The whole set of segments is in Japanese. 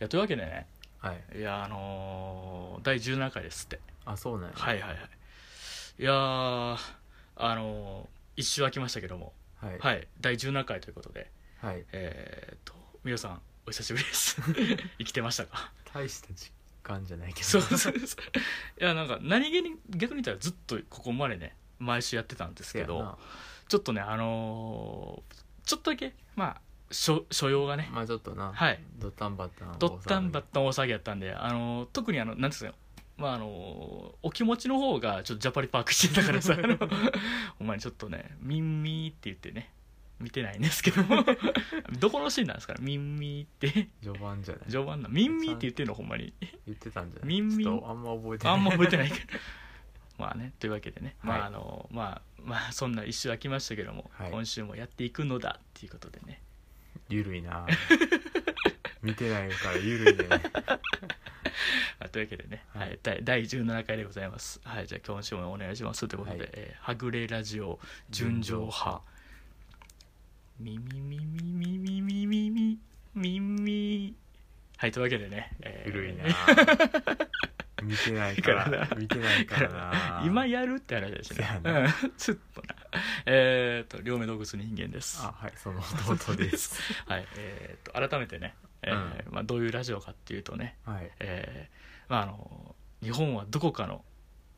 やというわけでね、 はい。 いや第17回ですって。 あ、そうなんや。 はいはいはい。いや一周空きましたけども、 はい。 はい、第17回ということで、 はい。 皆さんお久しぶりです生きてましたか？ 大した時間じゃないけど。 そうそうそう。いやなんか何気に逆に言ったらずっとここまでね毎週やってたんですけど、ちょっとねちょっとだけまあ所用がね、 まあちょっとな、 はい、 ドッタンバッタンドッタンバッタン大騒ぎやったんで、特になんですか、まあお気持ちの方がちょっとジャパリパークしてたからさお前ちょっとねミンミーって言ってね見てないんですけどもどこのシーンなんですかね、ミンミーって序盤じゃない。 序盤なミンミーって言ってんのほんまに言ってたんじゃない。 ミンミーちょっとあんま覚えてない。 あんま覚えてないけどまあね、というわけでね、 はい、 まあそんな一周空きましたけども、 はい、 今週もやっていくのだっていうことでね。 ゆるいな見てないからゆるいねというわけでね、 はい、 はい、第17回でございます。はい、じゃあ今週もお願いしますということで、 はい、 はぐれラジオ純情派ミミミミミミミミミミミ、はい、というわけでね、 ゆるいな見てないからな今やるって話だしねちょっとな両目洞窟の人間です。 あ、はい、その弟ですはい、改めてね、まあ、どういうラジオかっていうとね、 はい、 まあ日本はどこかの、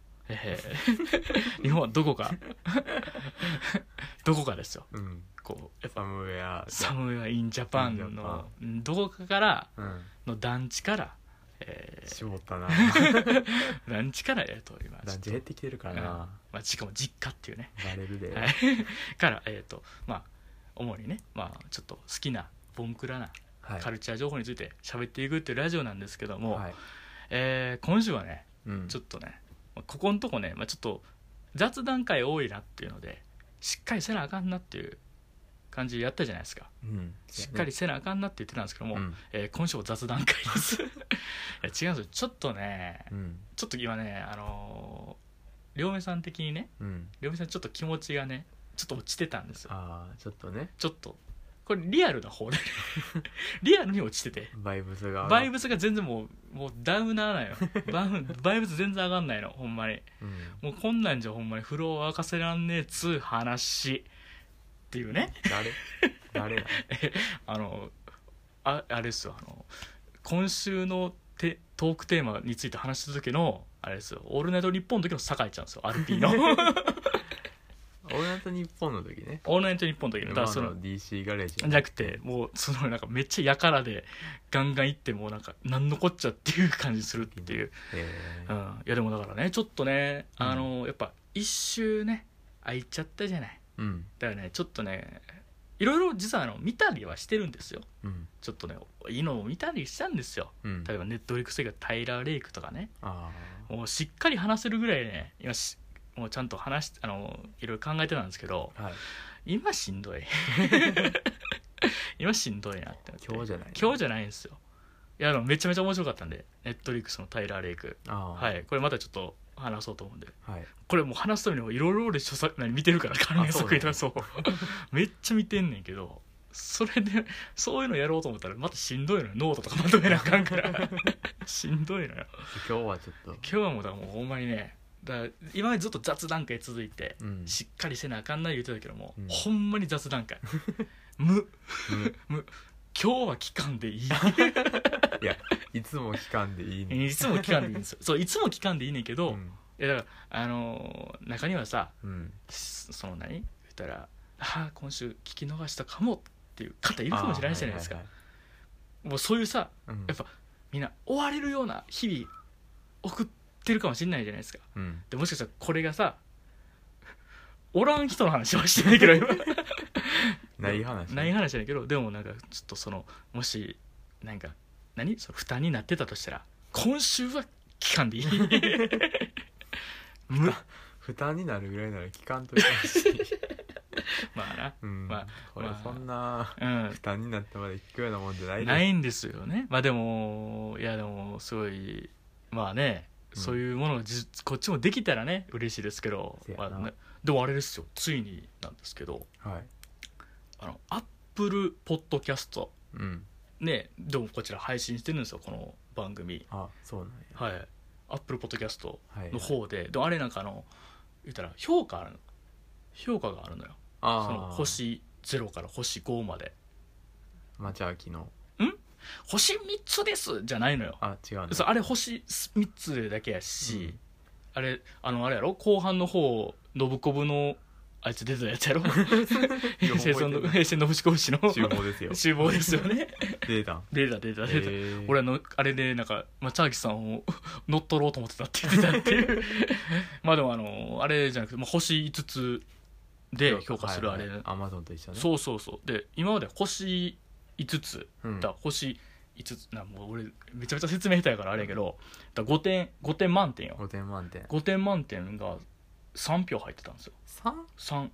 日本はどこかどこかですよ、 うん、 こうサムウェアインジャパンのどこかからの団地から、 絞ったな団地から今団地減ってきてるからな、 まあ、しかも実家っていうねバレるで、 はい、からまあ主にね、まあちょっと好きなボンクラなカルチャー情報について喋っていくっていうラジオなんですけども、はい、今週はね、ちょっとねここのとこね、まあ、ちょっと雑談会多いなっていうのでしっかりせなあかんなっていう感じでやったじゃないですか、しっかりせなあかんなって言ってたんですけども、今週も雑談会ですいや違うんですよ、ちょっとね、ちょっと今ね両目さん的にね、両目さんちょっと気持ちがねちょっと落ちてたんですよ。 ああ、ちょっとね、 ちょっとこれリアルな方でリアルに落ちててバイブスが全然もうダウナーなんよバイブス全然上がんないのほんまに、もうこんなんじゃほんまに風呂を沸かせらんねえつう話っていうね誰あれですよ、今週のトークテーマについて話した時のあれですよ、オールナイトニッポンの時の酒井ちゃんですよ、RP のオールナイトニッポンの時ね、 オールナイトニッポンの時のその DC ガレージじゃなくて、もうそのなんかめっちゃやからでガンガンいってもうなんかなんのこっちゃっていう感じするっていう、いやでもだからねちょっとねやっぱ一周ね空いちゃったじゃない、だからねちょっとねいろいろ実は見たりはしてるんですよ、ちょっとねいいのを見たりしたんですよ、例えばネットフリックスがタイラー・レイクとかね、もうしっかり話せるぐらいね今もうちゃんといろいろ考えてたんですけど、今しんどい今しんどいなってなって、今日じゃないんですよ。いやでもめちゃめちゃ面白かったんで、ネットフリックスのタイラー・レイク、はい、これまたちょっと話そうと思うんで、これもう話すためにもいろいろ俺見てるから関連作品とかそうめっちゃ見てんねんけど、それでそういうのやろうと思ったらまたしんどいのよ、ノートとかまとめなあかんからしんどいのよ今日はちょっと、 今日はもうだからもうほんまにね、だから今までずっと雑談会続いて、しっかりせなあかんな言ってたけども、ほんまに雑談会無今日は期間でいいいやいつも期間でいいね、いつも期間でいいんですよそういつも期間でいいねんけど、いやだから中にはさ、その言ったら今週聞き逃したかもっていう方いるかもしれないじゃないですか、もうそういうさ、やっぱみんな追われるような日々送ってるかもしれないじゃないですか、でもしかしたらこれがさおらん人の話はしてないけど今ない話じゃないけど、でもなんかちょっともしなんかその負担になってたとしたら今週は期間でいい負担になるぐらいなら期間といてほしいまあな、まあこれそんな負担になってまで聞くようなもんじゃないんですよね。まあでもいやでもすごいまあね、そういうものがこっちもできたらね嬉しいですけど、でもあれですよ、ついになんですけど、アップルポッドキャストねでもこちら配信してるんですよこの番組。 あ、そうなんや。 はい、アップルポッドキャストはいの方で、でもあれなんか言ったら評価があるのよ。 あその星0から星5まで。 町秋の星3つですじゃないのよ。 あ、違うの。 そうあれ星3つだけやし、 うんあれやろ後半の方信子部のあいつ出てたやつやろ平成の節子節の厨房ですよ。 厨房ですよね出た。 出た俺あれでなんかチャーキさんを乗っ取ろうと思ってたって言ってたっていうまあでもあれじゃなくて、星5つで評価するあれ、 アマゾンと一緒ね。 そうで今まで星5つうんだ、星5つもう俺めちゃめちゃ説明下手やからあれやけどだ5点満点よ。 5点満点。 5点満点が3票入ってたんですよ。 3?3?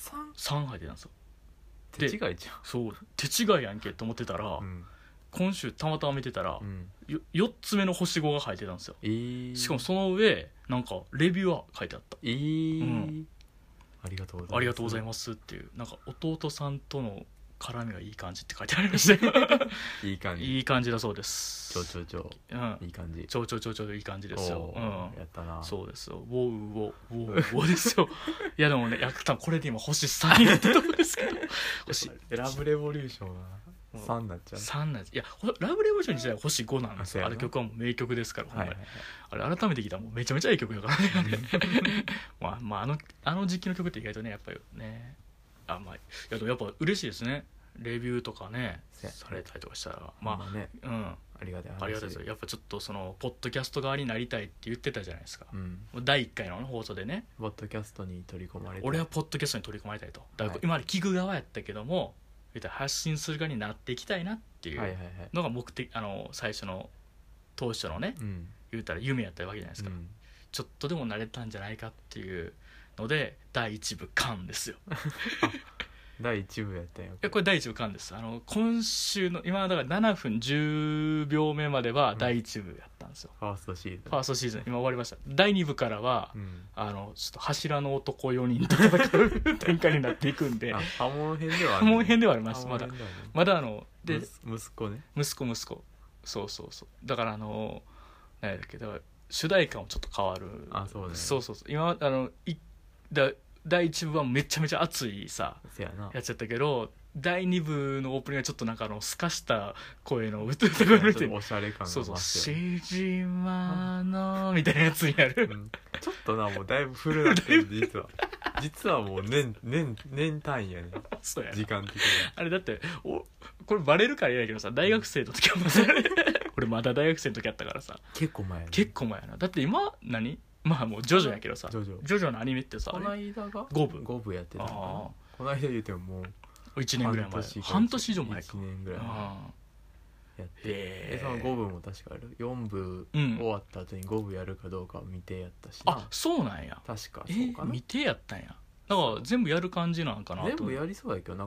3入ってたんですよ。 手違いじゃん。 そう手違いやんけと思ってたら、今週たまたま見てたら、4つ目の星5が入ってたんですよ。しかもその上なんかレビューは書いてあった。 ありがとうございますっていうなんか弟さんとの絡みがいい感じって書いてありましたよいい感じ。 いい感じだそうです。 いい感じ。 ちょいい感じですよ。 やったな。 そうですよ。ウォーですよ。いやでもね、多分これで今星3やってたんですけど星ラブレボリューションは3になっちゃう。 3なんです。いやラブレボリューション自体は星5なんですよ。あれ曲はもう名曲ですから、あれ改めて聞いたらもうめちゃめちゃいい曲だからねまああの時期の曲って意外とねやっぱりねいやでもやっぱ嬉しいですね。レビューとかねされたりとかしたらありがたい話。 ありがたいですよ。やっぱちょっとそのポッドキャスト側になりたいって言ってたじゃないですか、第1回の放送でね。 ポッドキャストに取り込まれたい。 俺はポッドキャストに取り込まれたいと。だから今まで聞く側やったけども発信する側になっていきたいなっていうのが目的、最初の当初のね、言うたら夢やったわけじゃないですか、ちょっとでもなれたんじゃないかっていうので第1部完ですよ第1部やったよ。 これ第1部完です。今週の今だから7分10秒目までは第1部やったんですよ、 ファーストシーズン今終わりました。第2部からは、ちょっと柱の男4人と戦う展開になっていくんで波紋編ではありますまだで息子ね。 息子そうだから何やだっけだから主題歌もちょっと変わる。そう今第1部はめちゃめちゃ熱いさやっちゃったけど第2部のオープニングはちょっとなんか透かした声の歌声みたいなおしゃれ感が増してしじまのみたいなやつにやる、 ちょっともうだいぶ古なってる実はもう年単位やね。 そうやな時間的にあれだってこれバレるから言えないけどさ大学生の時は俺まだ大学生の時やったからさ結構前やな。だって今もうジョジョやけどさ、ジョジョのアニメってさこの間が 5部やってたのかな。この間言うてももう 1年ぐらい前半年以上前か。 1年ぐらい前やってその5部も確か4部終わった後に5部やるかどうか未定やったしそうなんや。 確かそうかな。 未定やったんや。だから全部やる感じなんかなと。 全部やりそうやけど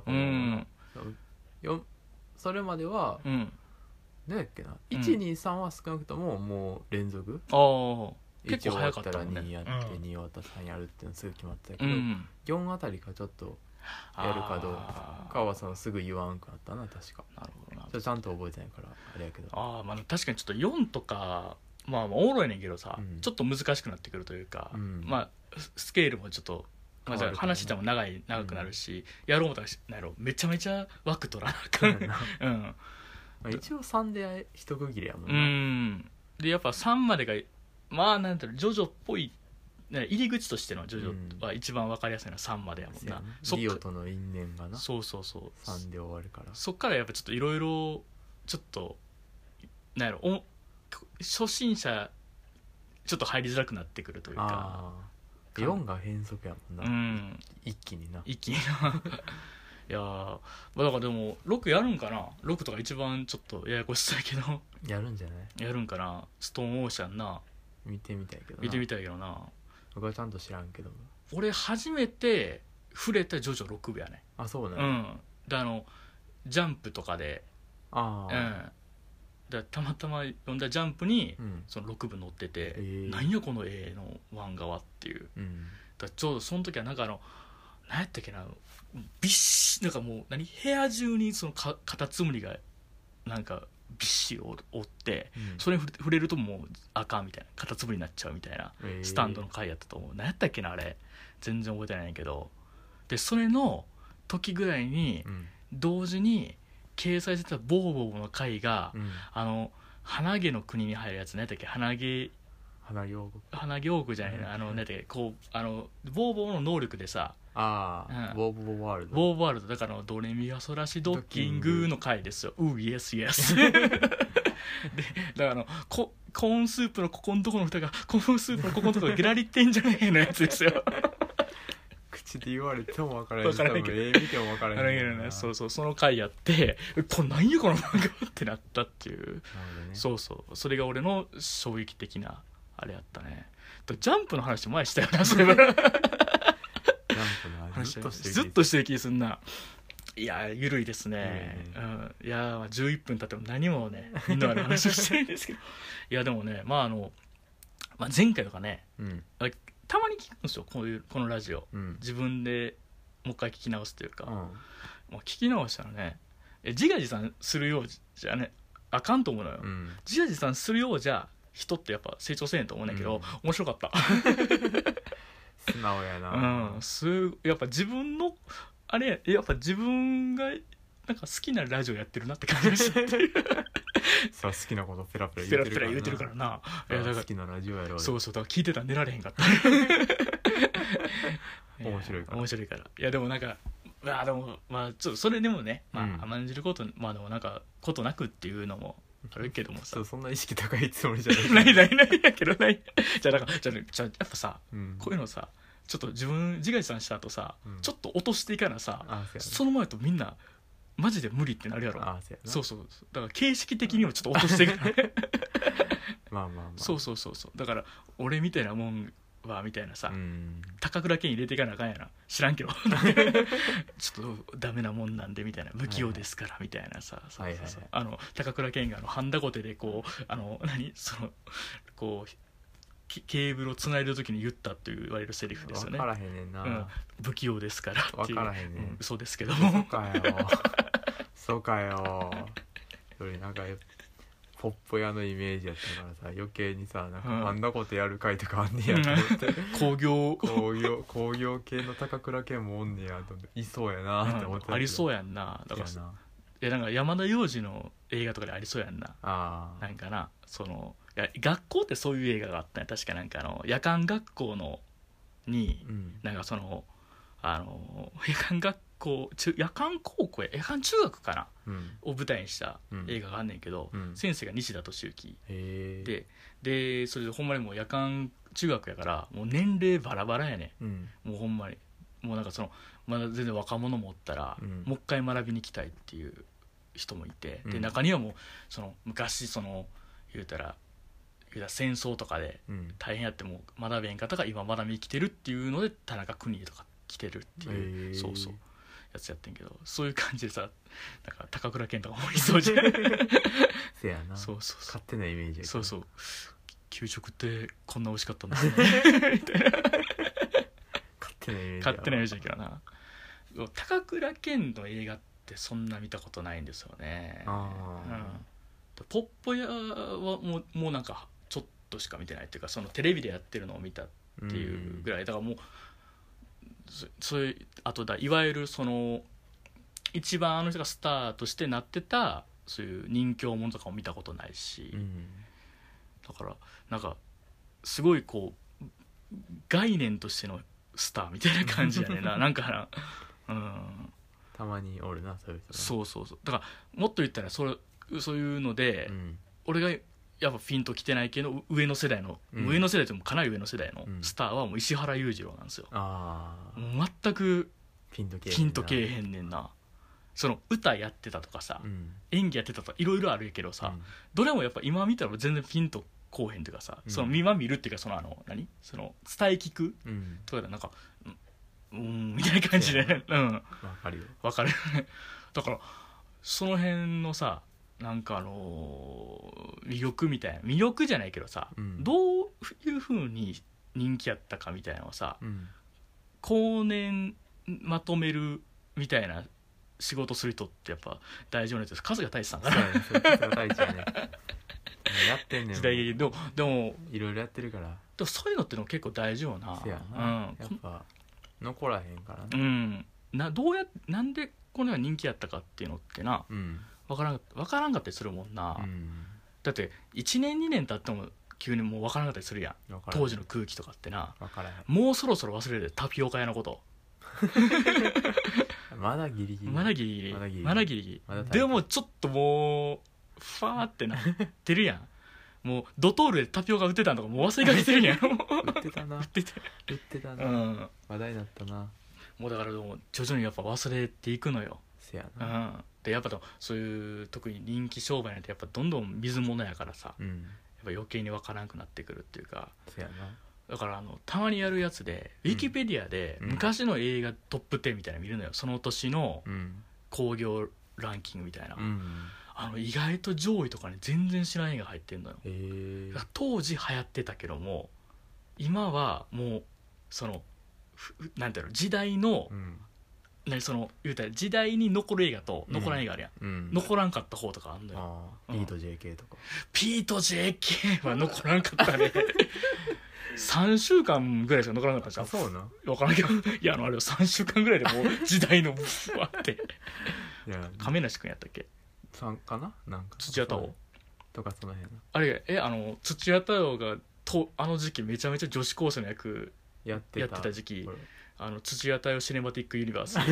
それまでは何やっけな 1,2,3 は少なくとももう連続結構早かったもんね。1終わったら2やって2終わったら3やるっていうのすぐ決まってたけど4あたりかちょっとやるかどうかはすぐ言わんくなったな確か。 なるほどな。 それちゃんと覚えてないからあれやけど確かにちょっと4とかおもろいねんけどさちょっと難しくなってくるというかスケールもちょっっと話しても長くなるしやろうとかめちゃめちゃ枠取らなあかん一応3で一区切りやもんな。 でやっぱ3までがなんていうのジョジョっぽい入り口としてのジョジョは一番分かりやすいのは3までやもんな。 リオとの因縁がなそう 3で終わるからそっからやっぱちょっといろいろちょっと初心者ちょっだかなってくるというか 4が変則やもんな、一気にないやだからでも6やるんかな。6とか一番ちょっとややこしそうやけどやるんじゃない。 やるんかな。ストーンオーシャンな見てみたいけどな。 僕はちゃんと知らんけど俺初めて触れたジョジョ6部やね。 そうだね。 でジャンプとかでだたまたま読んだジャンプにその6部載っててなんやこの絵の漫画はっていうだちょうどその時はなんか何やったっけななんかもう部屋中にそのカタツムリがなんかびっしり折って、 うんそれに触れるともうあかんみたいな、カタツムリになっちゃうみたいなスタンドの回やったと思う。何やったっけなあれ、全然覚えてないんやけど、でそれの時ぐらいにうん同時に掲載されてたボーボーの回が、 うん花毛の国に入るやつ、何やったっけ、花毛王国じゃないな、何やったっけ、こうボーボーの能力でさ、 ああ、 うんボーボーワールド。 ボーボーワールドだからドレミファソラシドッキングの回ですよ。イエスイエスでだからコーンスープのここのとこの蓋がコーンスープのここのところゲラリってんじゃねえのやつですよ口で言われても分からへんし、多分からへんけど分見ても分からへんけどな。 そうそう、その回やってこれ何やこの漫画ってなったっていう、 なるほどね。 そうそう、それが俺の衝撃的なあれやったね。ジャンプの話前したよな、そういえばなんかな、ずっとしてる気すんな。いやゆるいですね、いや11分経っても何もねみんなの話をしてるんですけどいやでもね、前回とかね、たまに聞くんですよ、このラジオ、自分でもう一回聞き直すというか、聞き直したらね、自画自賛するようじゃねあかんと思うのよ、自画自賛するようじゃ人ってやっぱ成長せんと思うんだけど、面白かった素直やな、 やっぱ自分のあれやっぱ自分がなんか好きなラジオやってるなって感じがしたっていうさあ好きなことペラペラ言ってるからな。 いやだから好きなラジオやろう。 そうだから聞いてたら寝られへんかった面白いから。 いやでもなんかでもちょっとそれでもね、甘んじることでもなんかことなくっていうのもあるけどもさ、 そんな意識高いつもりじゃないないやけどないじゃあやっぱさ、こういうのさちょっと自画自賛した後さ、ちょっと落としていかなさ、その前とみんなマジで無理ってなるやろ。そうだから形式的にもちょっと落としていかないそうだから俺みたいなもんはみたいなさ、高倉健入れていかなあかんやな、知らんけどちょっとダメなもんなんでみたいな、不器用ですからみたいなさ、高倉健がハンダゴテでこうこうケーブルをつないでる時に言ったと言われるセリフですよね。 分からへんねんな、 不器用ですからっていう。 分からへんねん、 嘘ですけどもそうかよそれなんかポップ屋のイメージやったからさ、余計にさなんかあんなことやる回とかあんねやと思って工業系の高倉健もおんねやと思って、いそうやなって思って、 ありそうやんな。だからなんか山田洋次の映画とかでありそうやんな。なんかな、学校ってそういう映画があったね、確か。なんか夜間学校に、なんか夜間学校夜間高校夜間中学かな、を舞台にした映画があんねんけど、先生が西田敏行でそれでほんまにもう夜間中学やからもう年齢バラバラやね、もうほんまにもうなんかまだ全然若者もおったら、もう一回学びに来たいっていう人もいて、で中にはもう昔言うたら戦争とかで大変やっても学べん方が今学びに来てるっていうので田中邦衛とか来てるっていう、そうやつやってんけど、そういう感じでさ、なんか高倉健とかもいそうじゃんせやな、勝手なイメージやけど、 給食ってこんな美味しかったんですねみたいな勝手なイメージやけどな。高倉健の映画ってそんな見たことないんですよね。ポッポ屋はもうなんかちょっとしか見てないっていうか、テレビでやってるのを見たっていうぐらいだから、もうそういうあといわゆる一番あの人がスターとしてなってたそういう人形ものとかも見たことないし、だからなんかすごいこう概念としてのスターみたいな感じやねんななんかたまにおるなそういう人。 そうだからもっと言ったらそういうので、俺がやっぱピンときてないけど上の世代でもかなり上の世代のスターはもう石原裕次郎なんですよ。もう全くピンとけえへんねんな。歌やってたとかさ、演技やってたとかいろいろあるけどさ、どれもやっぱ今見たら全然ピンとこうへんというかさ、今見るっていうか伝え聞くとかでなんかみたいな感じでわかるよわかるだからその辺のさ、なんか魅力じゃないけどさ、どういう風に人気やったかみたいなのをさ、後年まとめるみたいな仕事する人ってやっぱ大事なやつです。春日太一さんかそうな。 やねそう春日太一やねやってんねん時代劇でもいろいろやってるから。 でもそういうのっての結構大事よな。 せやな、やっぱ残らへんからうな。 ん、なんでこのような人気やったかっていうのってな、 うん分からんかったりするもんな、 うん、 だって1年2年経っても急にもう分からんかったりするやん、当時の空気とかってな。 分からへん。 もうそろそろ忘れるで、タピオカ屋のこと。 まだギリギリまだギリギリまだギリギリまだギリギリまだ耐えてでもちょっともうファーってなってるやん。もうドトールでタピオカ売ってたんとかもう忘れかけてるやん。 売ってたな売ってて、 売ってたな、 うん、 話題になったな。 もうだからもう徐々にやっぱ忘れていくのよ。 せやな。 うん、でやっぱそういう特に人気商売なんてやっぱどんどん水物やからさ、やっうんぱ余計に分からなくなってくるっていうか。 せやな。 だからたまにやるやつでウィキペディアでうん昔の映画トップ10みたいなの見るのよ。その年のうん興行ランキングみたいな、 うん意外と上位とかに全然知らん映画入ってんのよ。だから当時流行ってたけども今はもうそのなんていうの時代の、 うん言うたら時代に残る映画と残らん映画あるやん、 うん残らんかった方とかあんのよ。 ああ、P と JK とか。 P と JK は残らんかったね。3週間ぐらいしか残らなかったじゃん。 そうな。 分からんけど、いやあれ3週間ぐらいでもう時代のブワーっていや亀梨君やったっけ、 さんかな、なんか土屋太鳳とかその辺なあれ土屋太鳳があの時期めちゃめちゃ女子高生の役やってた時期これ土屋太鳳シネマティックユニバース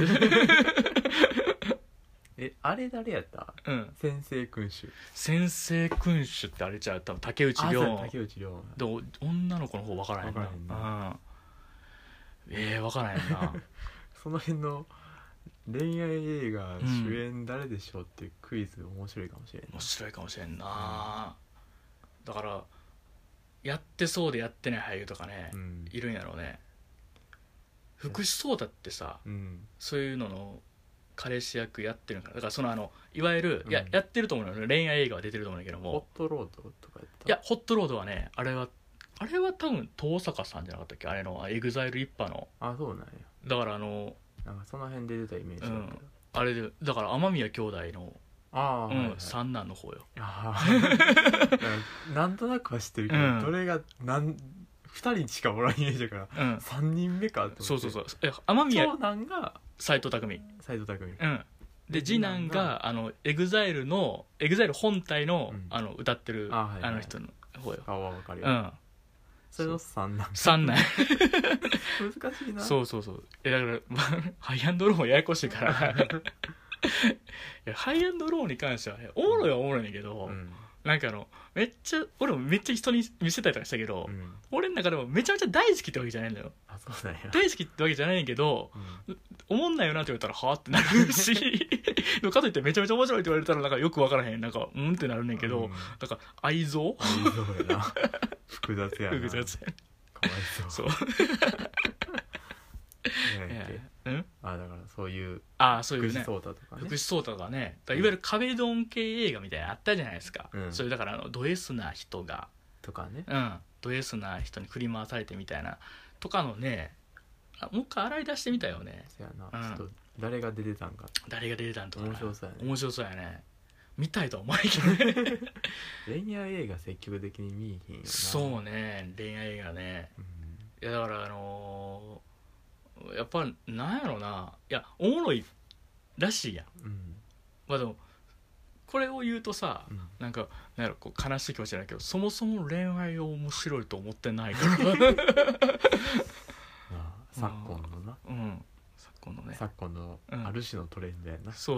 あれ誰やった？ うん先生君主。 先生君主ってあれちゃう、多分竹内涼竹内涼で女の子の方分からへんな。 分からへん分からへんな。 その辺の恋愛映画主演誰でしょうっていうクイズ面白いかもしれんない。 面白いかもしれんな、だからやってそうでやってない俳優とかね、 うんいるんやろうね。福士蒼汰ってさ、 うんそういうのの彼氏役やってるんかな。だからいわゆる、 うんやってると思うのよ。恋愛映画は出てると思うんだけどホも、 ットロードとかやった。 いやホットロードはね、あれは多分東坂さんじゃなかったっけ、あれのエグザイル一派の。 あ、そうなんや。 だからなんかその辺で出たイメージだけど、 あれでだから雨宮兄弟の、 ああ、はいはい、 三男の方よ。 ああなんとなくは知ってるけど、 うんどれが2人しかおらんイメージだから、3人目かと思って。 そう雨宮長男が斎藤工、 斎藤工、 で次男がエグザイル本体の、歌ってる人の方よ。 顔は分かるよ、それの三男三男難しいな。 そうだから、ハイアンドローもややこしいからいやハイアンドローに関してはね、おもろいはおもろいねんけど、なんか俺もめっちゃ人に見せたりとかしたけど、俺の中でもめちゃめちゃ大好きってわけじゃないんだよ。 あ、そうなんや。 大好きってわけじゃないんやけど、おもんないよなって言われたらはぁってなるしでもかといってめちゃめちゃ面白いって言われたらなんかよくわからへん、なんかうんってなるねんけど、だから愛憎やな。複雑やな。 複雑やかわいそう。だからそういうそういうね、 福士蒼汰とかね、 福士蒼汰とかね、いわゆる壁ドン系映画みたいなのあったじゃないですか、そういうだからド S な人がとかね、 ド S な人に振り回されてみたいなとかのね、もう一回洗い出してみたよね。 そうやな、ちょっと誰が出てたんか、 誰が出てたんとか面白そうやね。 面白そうやね。見たいとは思わないけどね恋愛映画積極的に見いひんよな。 そうね、恋愛映画ね、いやだからやっぱなんやろな、いやおもろいらしいやん、まあでもこれを言うとさ、なんかなんやろ、こう悲しい気持ちじゃないけど、そもそも恋愛を面白いと思ってないから昨今のな、昨今のある種のトレンドやな、 そう、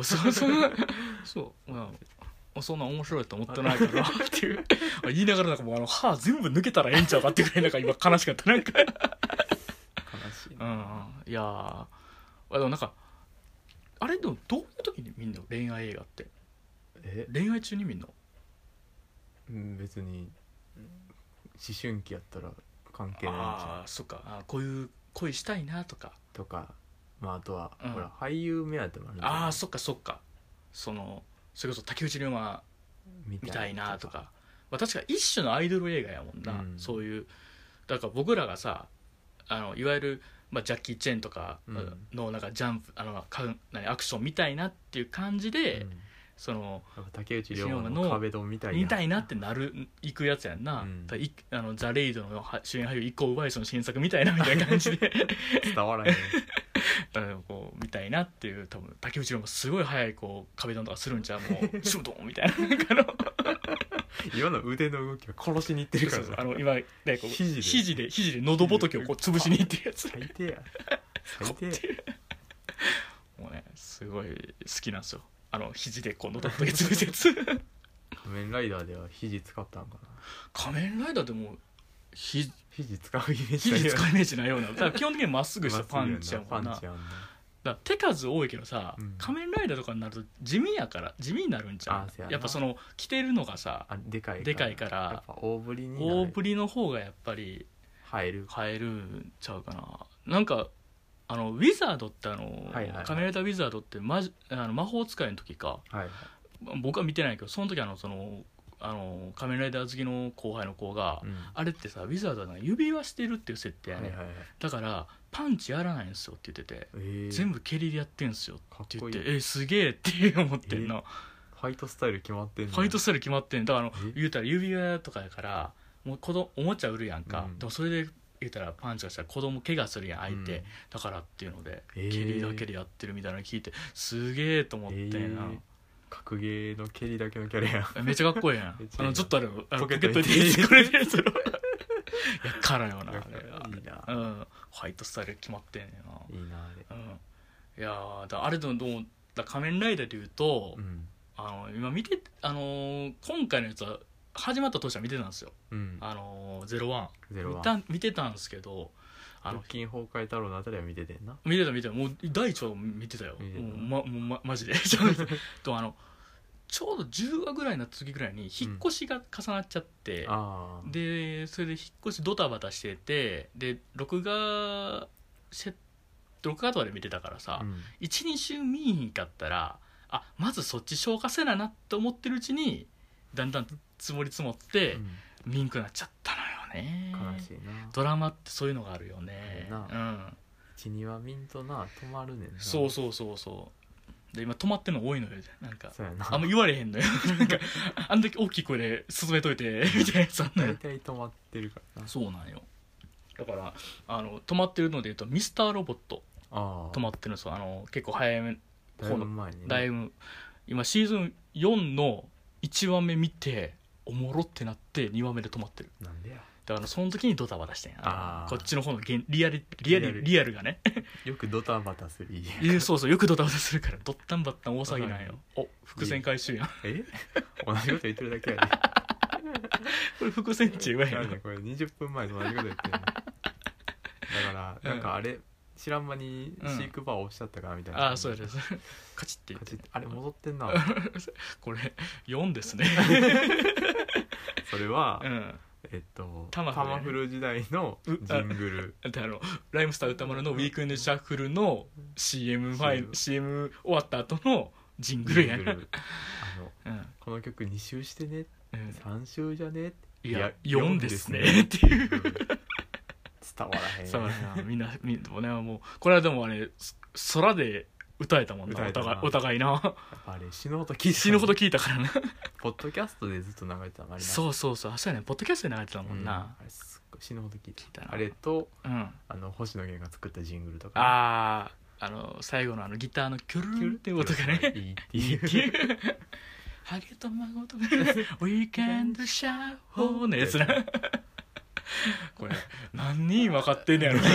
そんな面白いと思ってないからっていう言いながら、なんかもう歯全部抜けたらええんちゃうかっていうぐらいなんか今悲しかった、なんか悲しいな。いやでもなんかあれでもどういう時に見んの、恋愛映画って。恋愛中に見んの？ 別に思春期やったら関係ないんじゃん。 そっか、こういう恋したいなとか、 あとは、ほら俳優目当てもあるんじゃん。 そっかそれこそ竹内涼真みたいなとか、確か一種のアイドル映画やもんな、そういう。だから僕らがさいわゆるまあ、ジャッキー・チェンとかのなんかジャンプアクションみたいなっていう感じで、その竹内涼真の壁ドンみたいなっていくやつやんな、ザ・レイドの主演俳優イコ・ウバイスの新作みたいな感じで伝わらへんこうみたいなっていう、多分竹内涼真すごい速いこう壁ドンとかするんちゃう、もうシュートンみたいな今の腕の動きは殺しにいってるからそう今、ね、こう肘で喉仏をこう潰しにいってるやつ最低やもうねすごい好きなんですよ、肘でこう喉仏潰すやつ仮面ライダーでは肘使ったんかな。 仮面ライダーでも肘使うイメージないようなだから基本的にまっすぐしたパンチやもんな。だから手数多いけどさ、仮面ライダーとかになると地味になるんちゃう。やっぱその着てるのがさでかいからやっぱ大振りの方がやっぱり映えるんちゃうかな。なんかウィザードって仮面ライダーウィザードって魔法使いの時か、僕は見てないけどその時仮面ライダー好きの後輩の子が、あれってさウィザードは指輪してるっていう設定やね、だからパンチやらないんですよって言ってて、全部蹴りでやってんすよって言ってすげえって思ってんな。 ファイトスタイル決まってんだから言うたら指輪とかやからもうおもちゃ売るやんか、でもそれで言うたらパンチがしたら子供怪我するやん相手、だからっていうので蹴りだけでやってるみたいなの聞いてすげえと思ってんな。 格ゲーの蹴りだけのキャラやん。 めっちゃかっこいいやん。ずっとポケットに入れてくれてるそれやからよなあれ。いいな。ファイトスタイル決まってんねんな。 いいなあれ。いやあれでも仮面ライダーでいうと、今見て今回のやつは始まった当初は見てたんですよ。01見てたんですけど。 ドッキン崩壊太郎のあたりは見ててんな。 見てたもう第一話見てたよ。マジでちょうど10話ぐらいの次ぐらいに引っ越しが重なっちゃって、でそれで引っ越しドタバタしてて、で録画とかで見てたからさ、12週見にかったらまずそっち消化せななって思ってるうちにだんだん積もって、見んくなっちゃったのよね。 悲しいな。 ドラマってそういうのがあるよね。 12話見んとな止まるねんな。 そうで今止まってんの多いのよ。なんかそうやな、 あんま言われへんのよなんかあんだけ大きい声で進めといてみたいなやつあんのよ。 大体止まってるからな。 そうなんよ。だから止まってるので言うとミスターロボット止まってるんですよ。結構早めだいぶ前にね。 だいぶ今シーズン4の1話目見ておもろってなって2話目で止まってる。 なんでや。 だからその時にドタバタしてんや。こっちの方のリアルがねよくドタバタする。そうよくドタバタするからドッタンバッタン大騒ぎなんよ。伏線回収やん。 同じこと言ってるだけやでこれ伏線中やん。 これ20分前と同じこと言ってるだからなんかあれ知らん間にシークバー押しちゃったかなみたいな。 そうですカチッて言ってあれ戻ってんなこれ4ですねそれはタマフル時代のジングルライムスター歌丸のウィークエンドシャッフルの CM 終わった後のジングルやこの曲2周してね、3周じゃね、 いや4ですねっていう伝わらへん。 そうなみんなもうこれはでも空で歌えたもんなお互いな。 あれ死ぬほど聞いたからなポッドキャストでずっと流れてたのあれな。 そうやねポッドキャストで流れてたもんな。 あれすっごい死ぬほど聞いたな。あれと星野源が作ったジングルとか。 最後のギターのキュルルっていう音がねいいっていうハゲと孫とウィークエンドシャッホーのやつなこれ何人分かってんねやろ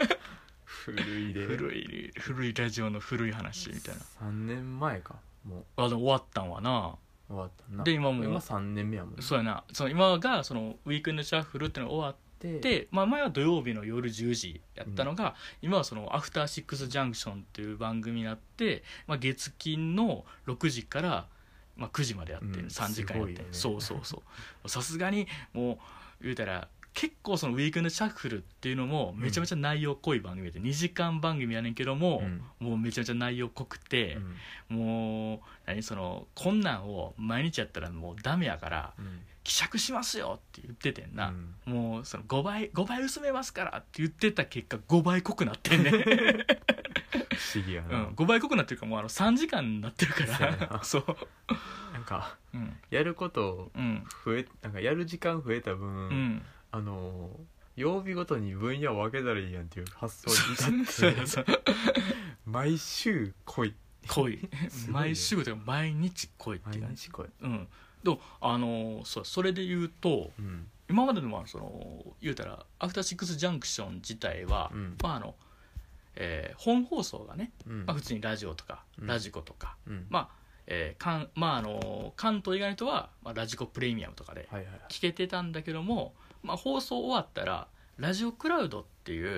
古いラジオの古い話みたいな。 3年前かもう。でも終わったんはな。 終わったな。 で今 3年目やもんね。 そうやな。今がそのウィークエンドシャッフルっていうのが終わって、前は土曜日の夜10時やったのが、今はそのアフターシックスジャンクションっていう番組になって、月金の6時から9時までやってる、3時間やって、そうさすがにもう言うたら結構そのウィークエンドシャッフルっていうのもめちゃめちゃ内容濃い番組で2時間番組やねんけども、もうめちゃめちゃ内容濃くて、もうこんなんを毎日やったらもうダメやから、 希釈しますよって言っててんな、 うん、 もうその5倍薄めますからって言ってた結果5倍濃くなってんね不思議やな、 5倍濃くなってるからもう3時間になってるかそうやらなそう、 なんかうんやることうんなんかやる時間増えた分、 うん、 曜日ごとに分野を分けたらいいやんっていう発想にそう至ってそう毎週来い濃いすごいね毎週というか毎日濃いっていう感じ。 毎日来い、 うんでもそれで言うとうん今までのは言うたらアフターシックスジャンクション自体は、 うん本放送がね、 うん普通にラジオとか、 うんラジコとか、 うん関東以外の人は、ラジコプレミアムとかではいはい聞けてたんだけども、放送終わったらラジオクラウドっていう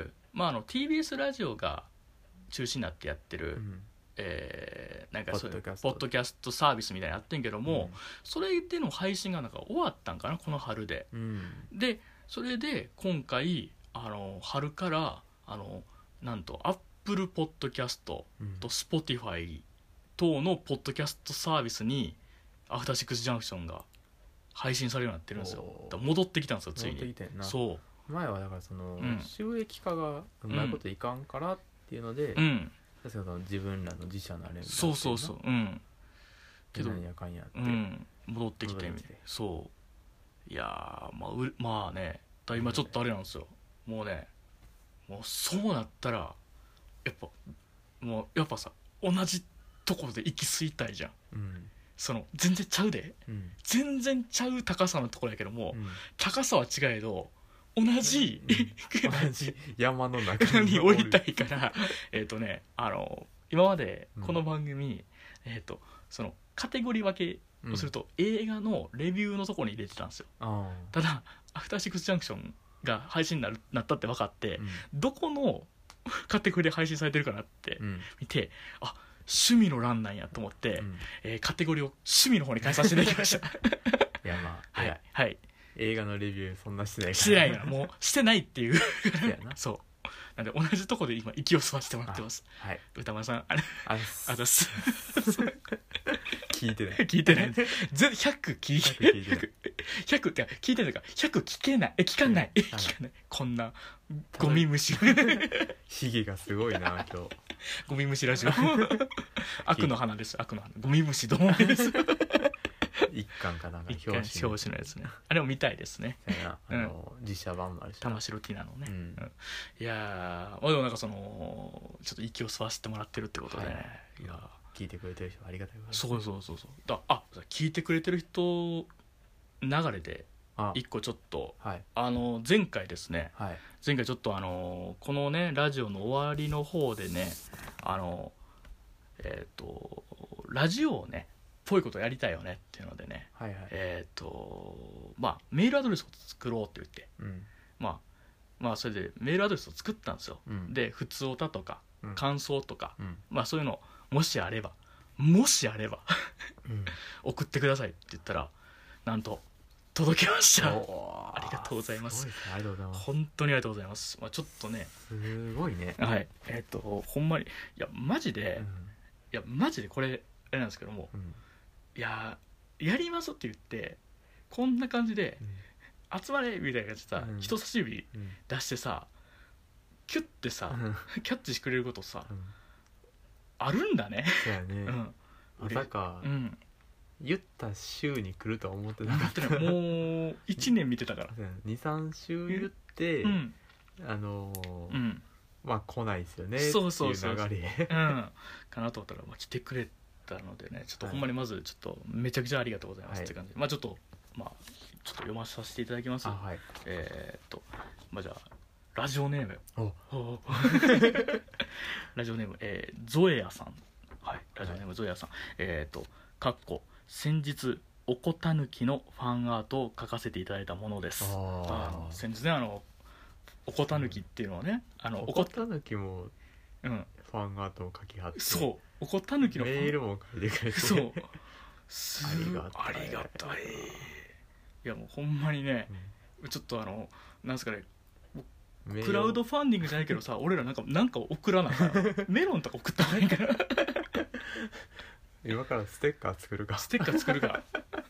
、TBS ラジオが中心になってやってる、 うんなんかそういうポッドキャストポッドキャストサービスみたいなのやってんけども、それでの配信がなんか終わったんかなこの春で。 うんでそれで今回春からなんとアップルポッドキャストうんと Spotify 等のポッドキャストサービスにアフターシックスジャンクションが配信されるようになってるんですよ。 おーだから戻ってきたんですよついに。 戻ってきてんなそう前はだからん収益化がうまいこといかんからっていうので、 うん確かにその自分らの自社のあれみたいなそうそうそううんけど何やかんやって、 戻ってきて戻ってきてそういやーまあねだから今ちょっとあれなんですよもうそうなったらやっぱさ同じところで行き着いたいじゃん。 うん全然ちゃうでうん全然ちゃう高さのところやけども、 うん高さは違えど同じ、 同じ山の中に降りたいいから今までこの番組、そのカテゴリー分けをすると、映画のレビューのところに入れてたんですよ。 あただアフターシックスジャンクションが配信になったって分かって、どこのカテゴリーで配信されてるかなってうん見て、あ趣味の欄なんやと思って、カテゴリーを趣味の方に変えさせていただきましたいやまあ、 はいはい映画のレビューそんなしてないからしてないからもうしてないっていうそうやなそうなんで同じとこで今息を吸わせてもらってます。 はい歌丸さんあざっす聞いてない聞いてない100聞いて 100聞いてない 100って聞いてないから100聞けない聞かない聞かないこんなゴミ虫ヒゲがすごいな今日ゴミ虫ラジオ悪の花です悪の花ゴミ虫どうもです一巻かなんか一回表紙のやつねあれも見たいですねそうやな実写版もあるしな玉城ティナのね、 うんいやでもなんかちょっと息を吸わせてもらってるってことでね、 はいいや聞いてくれてる人ありがたいことそう聞いてくれてる人流れであ一個ちょっとはい前回ですねはい前回ちょっとこのねラジオの終わりの方でねラジオをねぽいことやりたいよねっていうのでねはいはいメールアドレスを作ろうって言ってうんそれでメールアドレスを作ったんですよ、 うんで普通歌とかうん感想とか、 うんそういうのもしあればうん送ってくださいって言ったらなんと届きましたおーありがとうございますすごいですねありがとうございます本当にありがとうございます、ちょっとねすごいねはいほんまにいやマジで、これあれなんですけどもうんいややりますって言ってこんな感じで集まれみたいな感じでさ、 うん人差し指うん出してさキュッてさ、 うんキャッチしてくれることさ、 うんあるんだねそうやねうんまさかうん言った週に来るとは思ってなかっだったてねもう1年見てたから 23週言ってうん来ないですよねそうそうそうっていう流れかなと思ったら、来てくれたのでねちょっとほんまにまずちょっとめちゃくちゃありがとうございますって感じで、ちょっと読まさせていただきます。 はいじゃあラジオネームおラジオネーム、ゾエヤさん、はいラジオネームゾエヤさん、かっこ先日おこたぬきのファンアートを描かせていただいたものです。先日ねおこたぬきっていうのはねおこたぬきもうんファンアートを書きはってそうおこたぬきのメールも書いてくれてそうありがたいいやもうほんまにね、ちょっとなんすかねクラウドファンディングじゃないけどさ俺らなんか送らなメロンとか送った方がいいから今からステッカー作るかステッカー作るから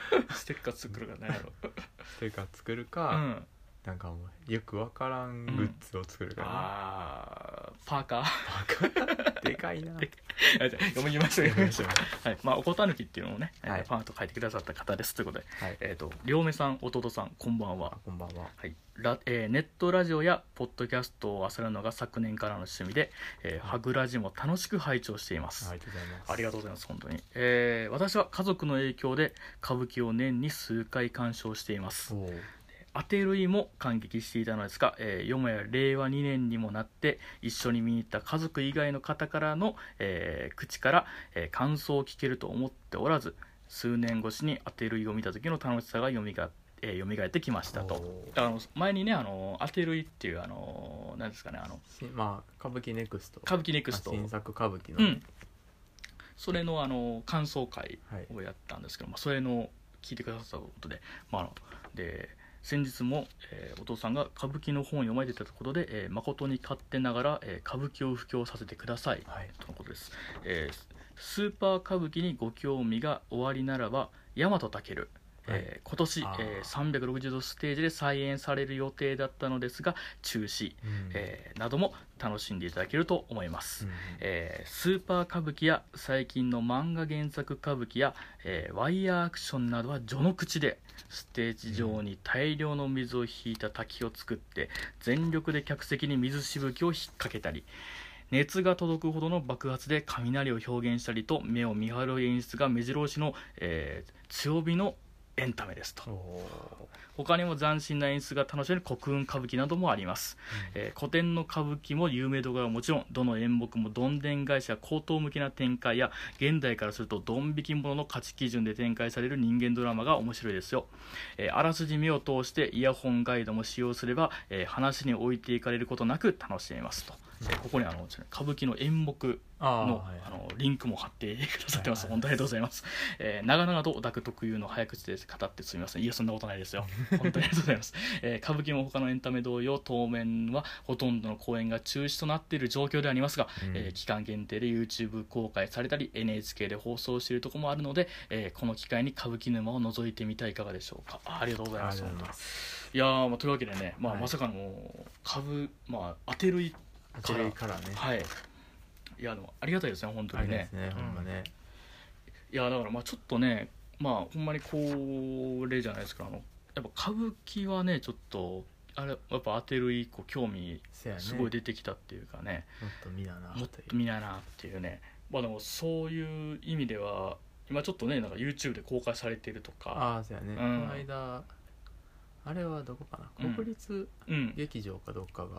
ステッカー作るかねやろステッカー作るうか、 んなんかもうよくわからんグッズを作るから、 あーパーカーでかいな読みましょうはいまあおこたぬきっていうのをね、 はいパンと書いてくださった方ですということで、 はい両目さん弟さんこんばんは。 こんばんは。 はいネットラジオやポッドキャストを漁るのが昨年からの趣味で、ハグラジも楽しく拝聴しています。 ありがとうございます。 ありがとうございます本当に、私は家族の影響で歌舞伎を年に数回鑑賞しています。 お当て類も感激していたのですが、よもや令和2年にもなって一緒に見に行った家族以外の方からの、口から、感想を聞けると思っておらず、数年越しに当て類を見た時の楽しさが蘇ってきましたと。前にね当て類っていう何ですかねまあ歌舞伎ネクスト歌舞伎ネクスト、 新作歌舞伎の、 うんそれの感想会をやったんですけど、それの聞いてくださったことで、で先日も、お父さんが歌舞伎の本を読まれていたことで、誠に勝手ながら、歌舞伎を布教させてください、とのことです。スーパー歌舞伎にご興味がおありならば大和健、今年、360度ステージで再演される予定だったのですが中止、なども楽しんでいただけると思います、スーパー歌舞伎や最近の漫画原作歌舞伎や、ワイヤーアクションなどは序の口でステージ上に大量の水を引いた滝を作って全力で客席に水しぶきを引っ掛けたり、熱が届くほどの爆発で雷を表現したりと目を見張る演出が目白押しの、強火のエンタメですと。他にも斬新な演出が楽しめる国運歌舞伎などもあります、古典の歌舞伎も有名度がもちろんどの演目もどんでん返しや高等向きな展開や現代からするとドン引き者の価値基準で展開される人間ドラマが面白いですよ、あらすじ目を通してイヤホンガイドも使用すれば、話に置いていかれることなく楽しめますと。ここに歌舞伎の演目のリンクも貼ってくださってます、本当にありがとうございます、長々とオタク特有の早口で語ってすみません。いやそんなことないですよ本当にありがとうございます、歌舞伎も他のエンタメ同様当面はほとんどの公演が中止となっている状況でありますが、期間限定で YouTube 公開されたり NHK で放送しているところもあるので、この機会に歌舞伎沼を覗いてみてはいかがでしょうか。ありがとうございます。いやというわけでね、まさかの当て類からね、 はい、いやでもありがたいですね本当にね。 ほんまね。 いやだからちょっとねほんまにこれじゃないですかやっぱ歌舞伎はねちょっとやっぱ当て類興味すごい出てきたっていうかね、 もっと見ななっていうね。でもそういう意味では今ちょっとねYouTube で公開されてるとか。 そうやね、この間あれはどこかな、国立劇場かどっかが、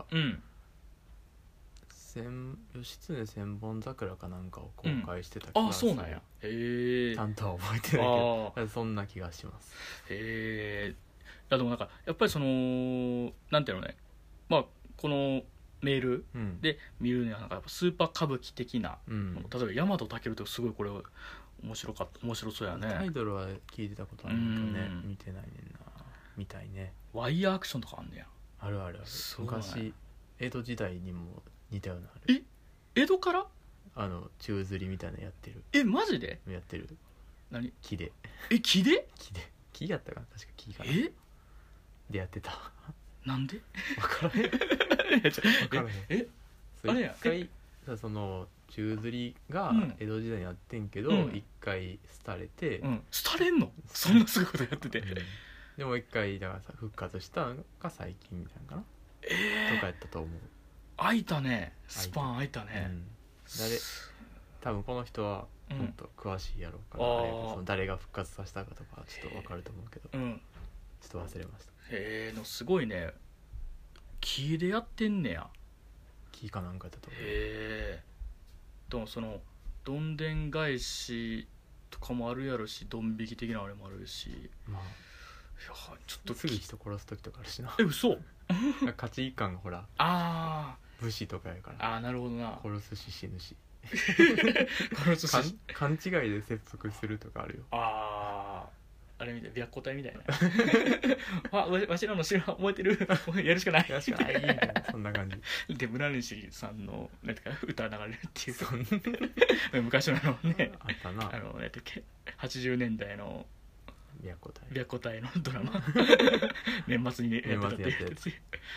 義経千本桜かなんかを公開してた気がする、 そうなんや。ちゃんとは覚えてないけどそんな気がします。 いやでもやっぱりなんていうのね、このメールで見るにはやっぱスーパー歌舞伎的な、例えば大和健ってすごいこれ面白そうやね。 タイトルは聞いてたことあるけどね、見てないねんな。みたいね。 ワイヤーアクションとかあんねや。 ある昔江戸時代にも似たようなある。江戸から宙吊りみたいなのやってる。 マジでやってる。 何木で。 木で木やったかな、確か木かな。でやってた。 なんで分からへんあれや一回その宙吊りが江戸時代にやってんけど一回廃れて、 廃れんのそんなすごいことやってて、 でも一回だからさ復活したのが最近みたいなかな、とかやったと思う。 開いたね、スパン開いたね、 多分この人はもっと詳しいやろうから、その誰が復活させたかとかちょっと分かると思うけど、ちょっと忘れました。 すごいね、木でやってんねや。 木かなんかやったと思う。 でもそのどんでん返しとかもあるやろし、ドン引き的なあれもあるし、いやちょっとすぐ人殺す時とかあるしな。 嘘勝ち感ほら武士とかやから。 なるほどな。 殺すし死ぬし殺すし勘違いで切腹するとかあるよ。 あれみたいな、白虎隊みたいなわしらの城は燃えてるやるしかないみたいな、そんな感じで村主さんのなんてか歌流れるっていう昔のね、 あったな。 80年代の白虎隊のドラマ年末にねやってたっていうやつ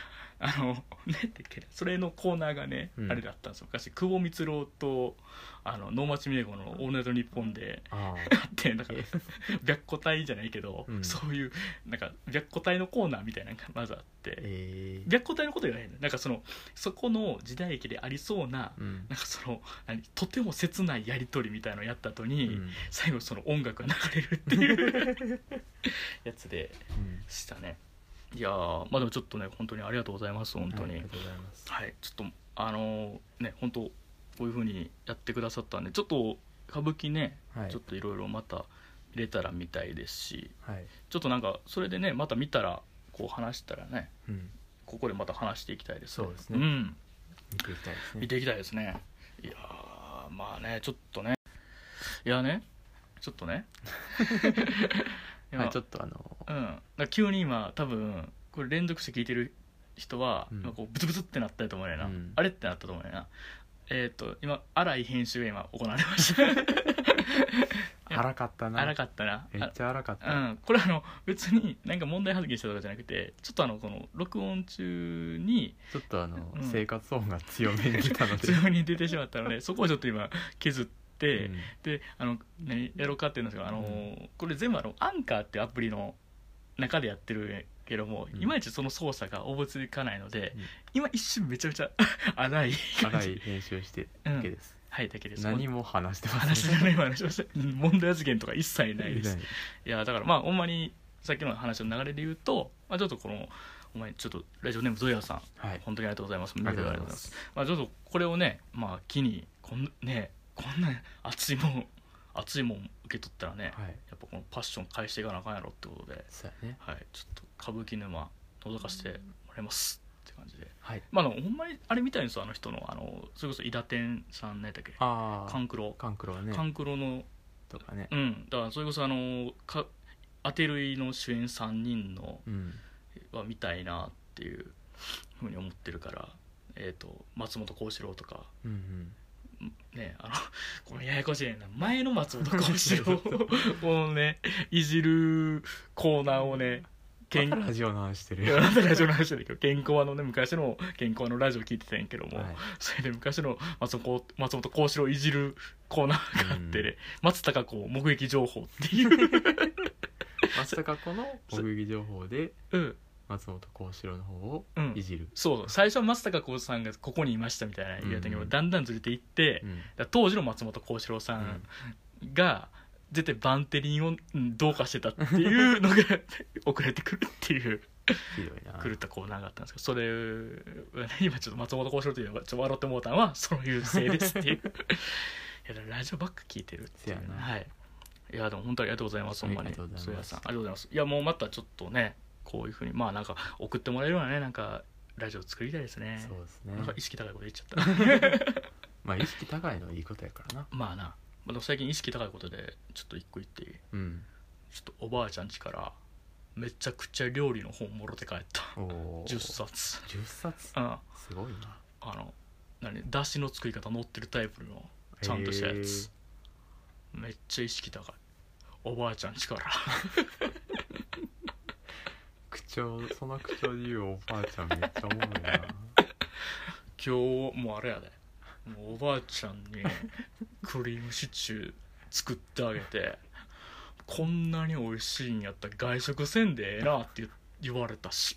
それのコーナーがね、あれだったんですよ。昔久保光郎と能町みね子の「オールナイトニッポン」であってなんか白虎隊じゃないけど、そういうなんか白虎隊のコーナーみたいなのがまずあって、白虎隊のこと言わないの、なんかそこの時代劇でありそうな、なんかとても切ないやり取りみたいなのをやった後に、最後その音楽が流れるっていうやつでしたね。いやまあでもちょっとね本当にありがとうございます本当に、 ありがとうございます。 はい、ちょっとね本当こういう風にやってくださったんで、ちょっと歌舞伎ね、ちょっといろいろまた入れたら見たいですし、ちょっとなんかそれでねまた見たらこう話したらね、ここでまた話していきたいですね。 そうですね、見ていきたいですね。 見ていきたいですね。いやまあねちょっとねちょっとねちょっとだ急に今多分これ連続して聞いてる人は、今こうブツブツってなったと思うよな、あれってなったと思うよな。今荒い編集が今行われました荒かったな。 荒かったな。 めっちゃ荒かった。 これ別になんか問題発言したとかじゃなくて、ちょっとこの録音中にちょっと生活音が強めに出たので強めに出てしまったので、そこをちょっと今削って、で何やろうかっていうんですが、これ全部アンカーっていうアプリの中でやってるけども、いまいちその操作がおぼつかないので、今一瞬めちゃめちゃ荒い編集してだけです。 はいだけです。 何も話してません。 話しません。問題発言とか一切ないです。いやだからまあほんまにさっきの話の流れで言うと、ちょっとこのお前ちょっとラジオネームゾヤさん、本当にありがとうございます。ありがとうございます。ちょっとこれをね機にこんな熱いもん受け取ったらね、やっぱこのパッション返していかなあかんやろってことで、 そうやね、 ちょっと歌舞伎沼覗かせてもらいますって感じで、 ほんまにあれみたいんですよ、人のそれこそ伊達天さんねだっけ、カンクロね、 カンクロのとかね、 だからそれこそ当て類の主演3人の、は見たいなっていうふうに思ってるから、松本幸四郎とか、ね、このややこしいな、前の松本幸四郎をねいじるコーナーをね、 ラジオの話してるよ。 ラジオの話してるけど、健康のね昔の健康のラジオ聞いてたんやけども、それで昔の松本幸四郎をいじるコーナーがあってね、松たか子目撃情報っていう松たか子の目撃情報で、松本幸四郎の方をいじる、 そう最初は松たか子さんがここにいましたみたいな言われたけど、だんだんずれていって、当時の松本幸四郎さんが絶対バンテリンをどうかしてたっていうのが遅れてくるっていう狂ったコーナーがあったんですけど、それはね今ちょっと松本幸四郎というのがちょっと笑ってもうたのはそういうせいですっていういやラジオばっか聞いてるっていう、いやでも本当にありがとうございます。ほんまにそやさんありがとうございます。いやもうまたちょっとねこういうふうになんか送ってもらえるようなねなんかラジオ作りたいですね。 そうですね。 なんか意識高いこと言っちゃった意識高いのはいいことやからな。 でも最近意識高いことでちょっと一個言っていい？ちょっとおばあちゃん家からめちゃくちゃ料理の本もろて帰った10冊。 10冊？すごいな。 だしの作り方載ってるタイプのちゃんとしたやつ、めっちゃ意識高いおばあちゃん家からその口調で言うおばあちゃんめっちゃおもろいな今日もうあれやで、もうおばあちゃんにクリームシチュー作ってあげてこんなに美味しいんやったら外食せんでええなって言われたし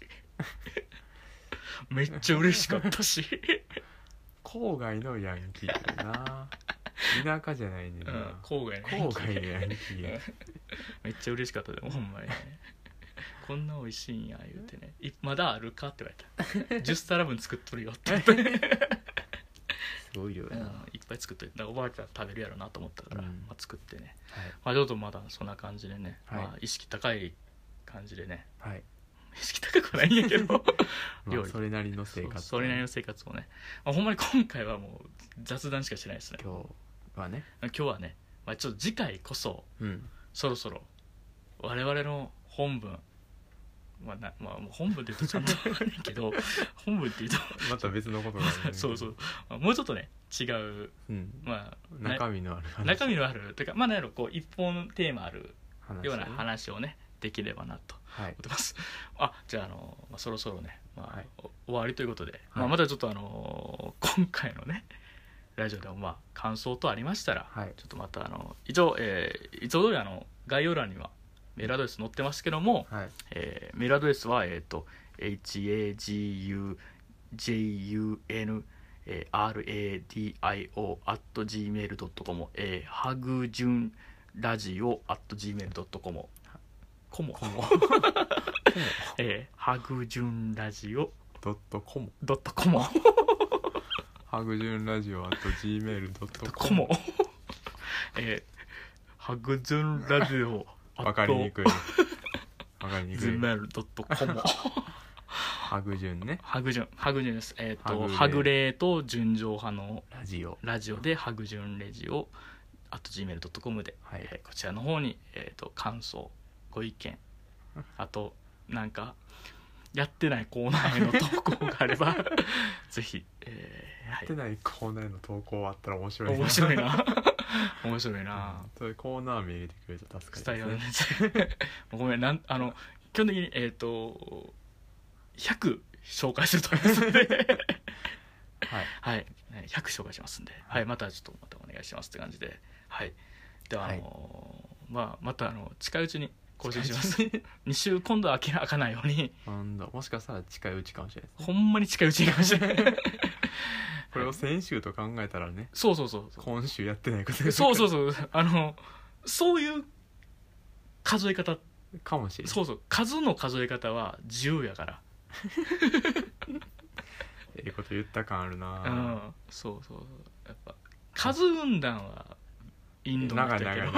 めっちゃ嬉しかったし郊外のヤンキーだな田舎じゃないねんな、 郊外のヤンキーめっちゃ嬉しかったでもほんまにこんな美味しいんや言うてね、まだあるかって言われた10皿分作っとるよって言ってすごい量やな、 いっぱい作っといておばあちゃん食べるやろなと思ったから、作ってね、ちょっとまだそんな感じでね、意識高い感じでね、意識高くないんやけどそれなりの生活それなりの生活をね、ほんまに今回はもう雑談しかしてないですね。 今日はね、 ちょっと次回こそ、そろそろ我々の本文本文って言うとちゃんとあるけど本文って言うとまた別のことがある、 そうもうちょっとね違う、 中身のあるというかこう一本テーマあるような話をねできればなと思ってます、じゃあそろそろね、終わりということで、またちょっと今回のねラジオでも感想とありましたら、ちょっとまた一応、いつも通り概要欄にはメールアドレス載ってますけども、メールアドレスはhagujunradio@gmail.com hagujunradio@gmail.com ハグジュンラジオ .com ハグジュンラジオ@gmail.com ハグジュンラジオわかりにくい gmail.com ハグジュンねハグジュンです。ハグレーと純情派のラジオでハグジュンレジオ@gmail.com で、こちらの方に感想ご意見あとなんかやってないコーナーへの投稿があればぜひ、 やってないコーナーへの投稿あったら面白いなそういうコーナー見えてくれると助かりますねごめん基本的に100紹介すると思いますので100紹介しますんで、またちょっとまたお願いしますって感じで、ではまた近いうちに更新します2週今度は開かないようにもしかしたら近いうちかもしれないですね。 ほんまに近いうちかもしれないこれを先週と考えたらねそう今週やってないことそうそういう数え方かもしれない。 数の数え方は自由やからこと言った感あるな。 やっぱ数運断はインドの人やけど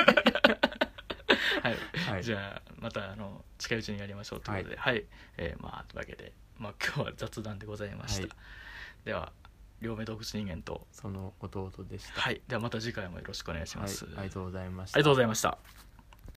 じゃあまた近いうちにやりましょうということで、というわけで、今日は雑談でございました、では両目洞窟人間とその弟でした。 ではまた次回もよろしくお願いします。 ありがとうございました。 ありがとうございました。